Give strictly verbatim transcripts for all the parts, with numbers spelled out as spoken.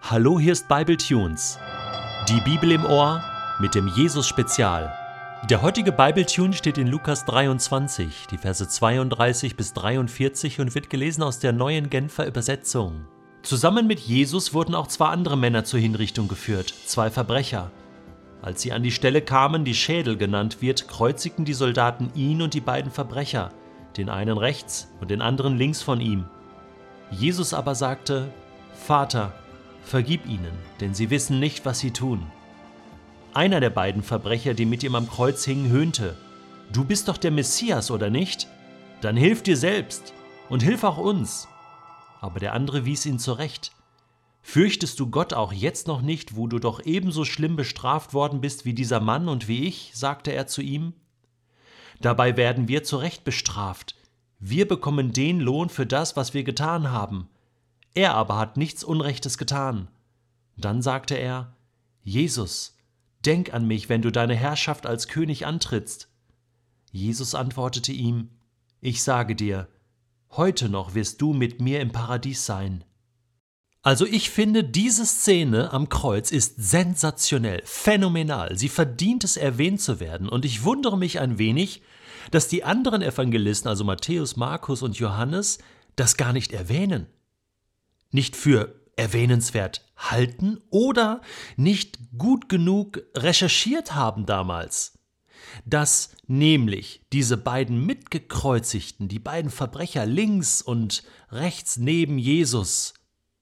Hallo, hier ist Bible Tunes. Die Bibel im Ohr mit dem Jesus-Spezial. Der heutige Bible Tune steht in Lukas dreiundzwanzig, die Verse zweiunddreißig bis dreiundvierzig und wird gelesen aus der neuen Genfer Übersetzung. Zusammen mit Jesus wurden auch zwei andere Männer zur Hinrichtung geführt, zwei Verbrecher. Als sie an die Stelle kamen, die Schädel genannt wird, kreuzigten die Soldaten ihn und die beiden Verbrecher, den einen rechts und den anderen links von ihm. Jesus aber sagte: Vater, vergib ihnen, denn sie wissen nicht, was sie tun. Einer der beiden Verbrecher, die mit ihm am Kreuz hingen, höhnte: Du bist doch der Messias, oder nicht? Dann hilf dir selbst und hilf auch uns. Aber der andere wies ihn zurecht: Fürchtest du Gott auch jetzt noch nicht, wo du doch ebenso schlimm bestraft worden bist wie dieser Mann und wie ich? Sagte er zu ihm. Dabei werden wir zu Recht bestraft. Wir bekommen den Lohn für das, was wir getan haben. Er aber hat nichts Unrechtes getan. Dann sagte er: Jesus, denk an mich, wenn du deine Herrschaft als König antrittst. Jesus antwortete ihm: Ich sage dir, heute noch wirst du mit mir im Paradies sein. Also ich finde, diese Szene am Kreuz ist sensationell, phänomenal. Sie verdient es, erwähnt zu werden. Und ich wundere mich ein wenig, dass die anderen Evangelisten, also Matthäus, Markus und Johannes, das gar nicht erwähnen. Nicht für erwähnenswert halten oder nicht gut genug recherchiert haben damals. Dass nämlich diese beiden Mitgekreuzigten, die beiden Verbrecher links und rechts neben Jesus,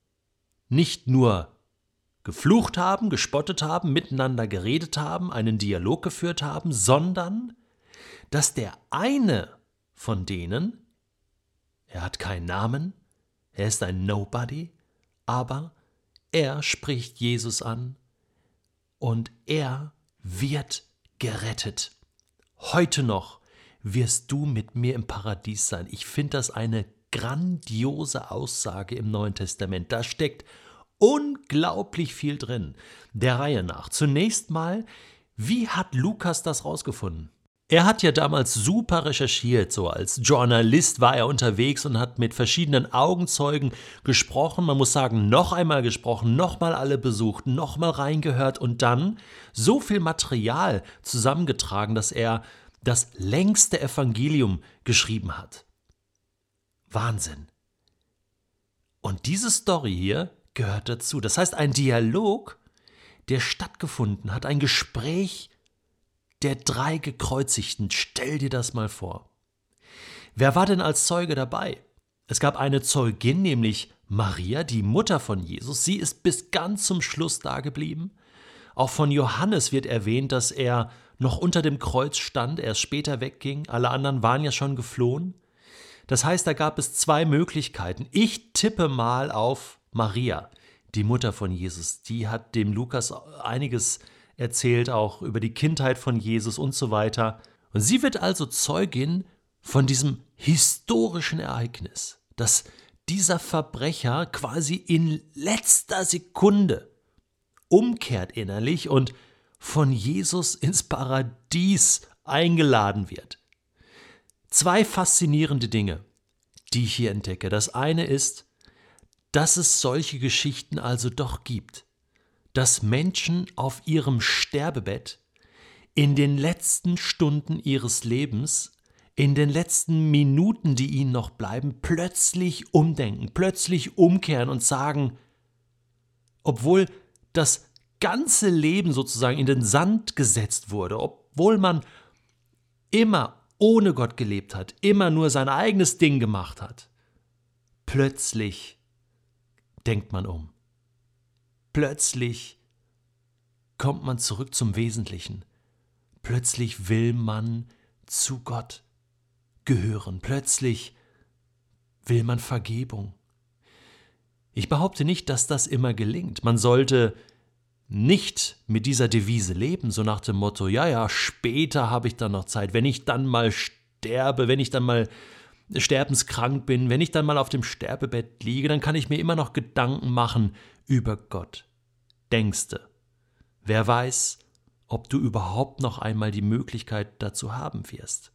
nicht nur geflucht haben, gespottet haben, miteinander geredet haben, einen Dialog geführt haben, sondern dass der eine von denen, er hat keinen Namen, er ist ein Nobody, aber er spricht Jesus an und er wird gerettet. Heute noch wirst du mit mir im Paradies sein. Ich finde das eine grandiose Aussage im Neuen Testament. Da steckt unglaublich viel drin. Der Reihe nach. Zunächst mal, wie hat Lukas das rausgefunden? Er hat ja damals super recherchiert, so als Journalist war er unterwegs und hat mit verschiedenen Augenzeugen gesprochen. Man muss sagen, noch einmal gesprochen, noch mal alle besucht, noch mal reingehört und dann so viel Material zusammengetragen, dass er das längste Evangelium geschrieben hat. Wahnsinn. Und diese Story hier gehört dazu. Das heißt, ein Dialog, der stattgefunden hat, ein Gespräch der drei Gekreuzigten. Stell dir das mal vor. Wer war denn als Zeuge dabei? Es gab eine Zeugin, nämlich Maria, die Mutter von Jesus. Sie ist bis ganz zum Schluss dageblieben. Auch von Johannes wird erwähnt, dass er noch unter dem Kreuz stand, erst später wegging. Alle anderen waren ja schon geflohen. Das heißt, da gab es zwei Möglichkeiten. Ich tippe mal auf Maria, die Mutter von Jesus. Die hat dem Lukas einiges erzählt, auch über die Kindheit von Jesus und so weiter. Und sie wird also Zeugin von diesem historischen Ereignis, dass dieser Verbrecher quasi in letzter Sekunde umkehrt innerlich und von Jesus ins Paradies eingeladen wird. Zwei faszinierende Dinge, die ich hier entdecke. Das eine ist, dass es solche Geschichten also doch gibt, dass Menschen auf ihrem Sterbebett in den letzten Stunden ihres Lebens, in den letzten Minuten, die ihnen noch bleiben, plötzlich umdenken, plötzlich umkehren und sagen, obwohl das ganze Leben sozusagen in den Sand gesetzt wurde, obwohl man immer ohne Gott gelebt hat, immer nur sein eigenes Ding gemacht hat, plötzlich denkt man um. Plötzlich kommt man zurück zum Wesentlichen. Plötzlich will man zu Gott gehören. Plötzlich will man Vergebung. Ich behaupte nicht, dass das immer gelingt. Man sollte nicht mit dieser Devise leben, so nach dem Motto, ja, ja, später habe ich dann noch Zeit, wenn ich dann mal sterbe, wenn ich dann mal sterbenskrank bin, wenn ich dann mal auf dem Sterbebett liege, dann kann ich mir immer noch Gedanken machen über Gott. Denkste, wer weiß, ob du überhaupt noch einmal die Möglichkeit dazu haben wirst.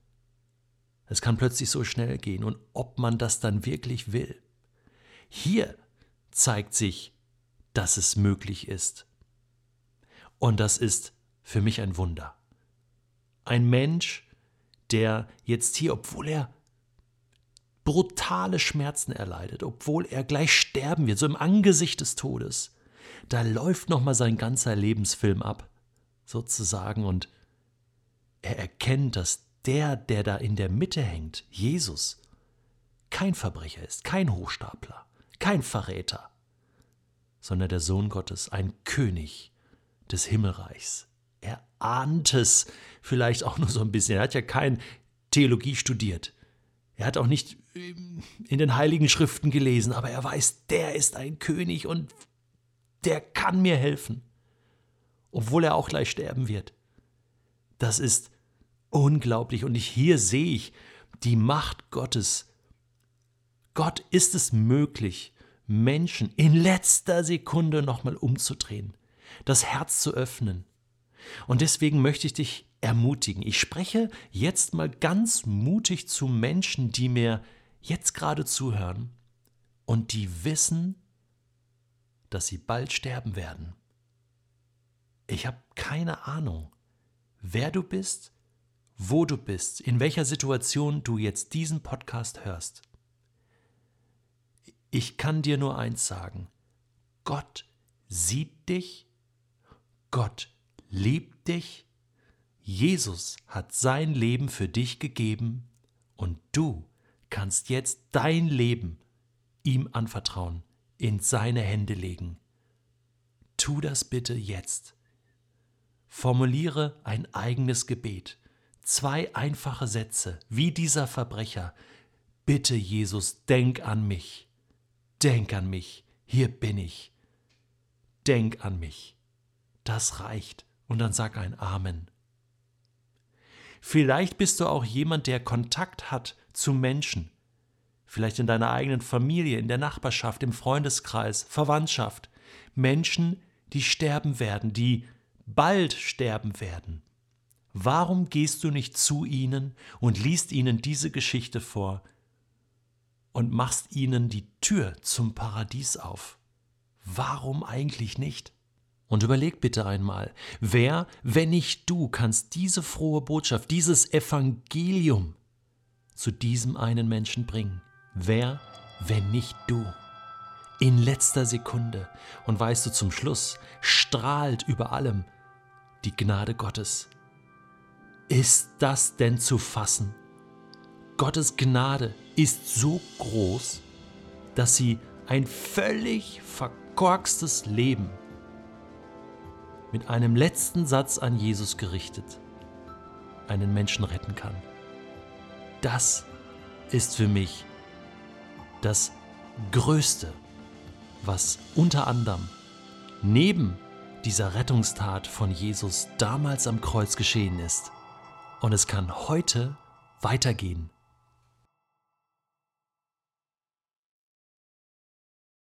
Es kann plötzlich so schnell gehen und ob man das dann wirklich will. Hier zeigt sich dass es möglich ist. Und das ist für mich ein Wunder. Ein Mensch, der jetzt hier, obwohl er brutale Schmerzen erleidet, obwohl er gleich sterben wird, so im Angesicht des Todes, da läuft nochmal sein ganzer Lebensfilm ab, sozusagen, und er erkennt, dass der, der da in der Mitte hängt, Jesus, kein Verbrecher ist, kein Hochstapler, kein Verräter, sondern der Sohn Gottes, ein König des Himmelreichs. Er ahnt es vielleicht auch nur so ein bisschen. Er hat ja keine Theologie studiert. Er hat auch nicht in den Heiligen Schriften gelesen, aber er weiß, der ist ein König und der kann mir helfen, obwohl er auch gleich sterben wird. Das ist unglaublich und ich, hier sehe ich die Macht Gottes. Gott ist es möglich, Menschen in letzter Sekunde nochmal umzudrehen, das Herz zu öffnen. Und deswegen möchte ich dich ermutigen. Ich spreche jetzt mal ganz mutig zu Menschen, die mir jetzt gerade zuhören und die wissen, dass sie bald sterben werden. Ich habe keine Ahnung, wer du bist, wo du bist, in welcher Situation du jetzt diesen Podcast hörst. Ich kann dir nur eins sagen: Gott sieht dich, Gott liebt dich, Jesus hat sein Leben für dich gegeben und du kannst jetzt dein Leben ihm anvertrauen, in seine Hände legen. Tu das bitte jetzt. Formuliere ein eigenes Gebet, zwei einfache Sätze, wie dieser Verbrecher. Bitte, Jesus, denk an mich. Denk an mich, hier bin ich. Denk an mich. Das reicht. Und dann sag ein Amen. Vielleicht bist du auch jemand, der Kontakt hat zu Menschen. Vielleicht in deiner eigenen Familie, in der Nachbarschaft, im Freundeskreis, Verwandtschaft. Menschen, die sterben werden, die bald sterben werden. Warum gehst du nicht zu ihnen und liest ihnen diese Geschichte vor und machst ihnen die Tür zum Paradies auf? Warum eigentlich nicht? Und überleg bitte einmal, wer, wenn nicht du, kannst diese frohe Botschaft, dieses Evangelium zu diesem einen Menschen bringen? Wer, wenn nicht du? In letzter Sekunde. Und weißt du, zum Schluss strahlt über allem die Gnade Gottes. Ist das denn zu fassen? Gottes Gnade ist so groß, dass sie ein völlig verkorkstes Leben mit einem letzten Satz an Jesus gerichtet einen Menschen retten kann. Das ist für mich das Größte, was unter anderem neben dieser Rettungstat von Jesus damals am Kreuz geschehen ist. Und es kann heute weitergehen.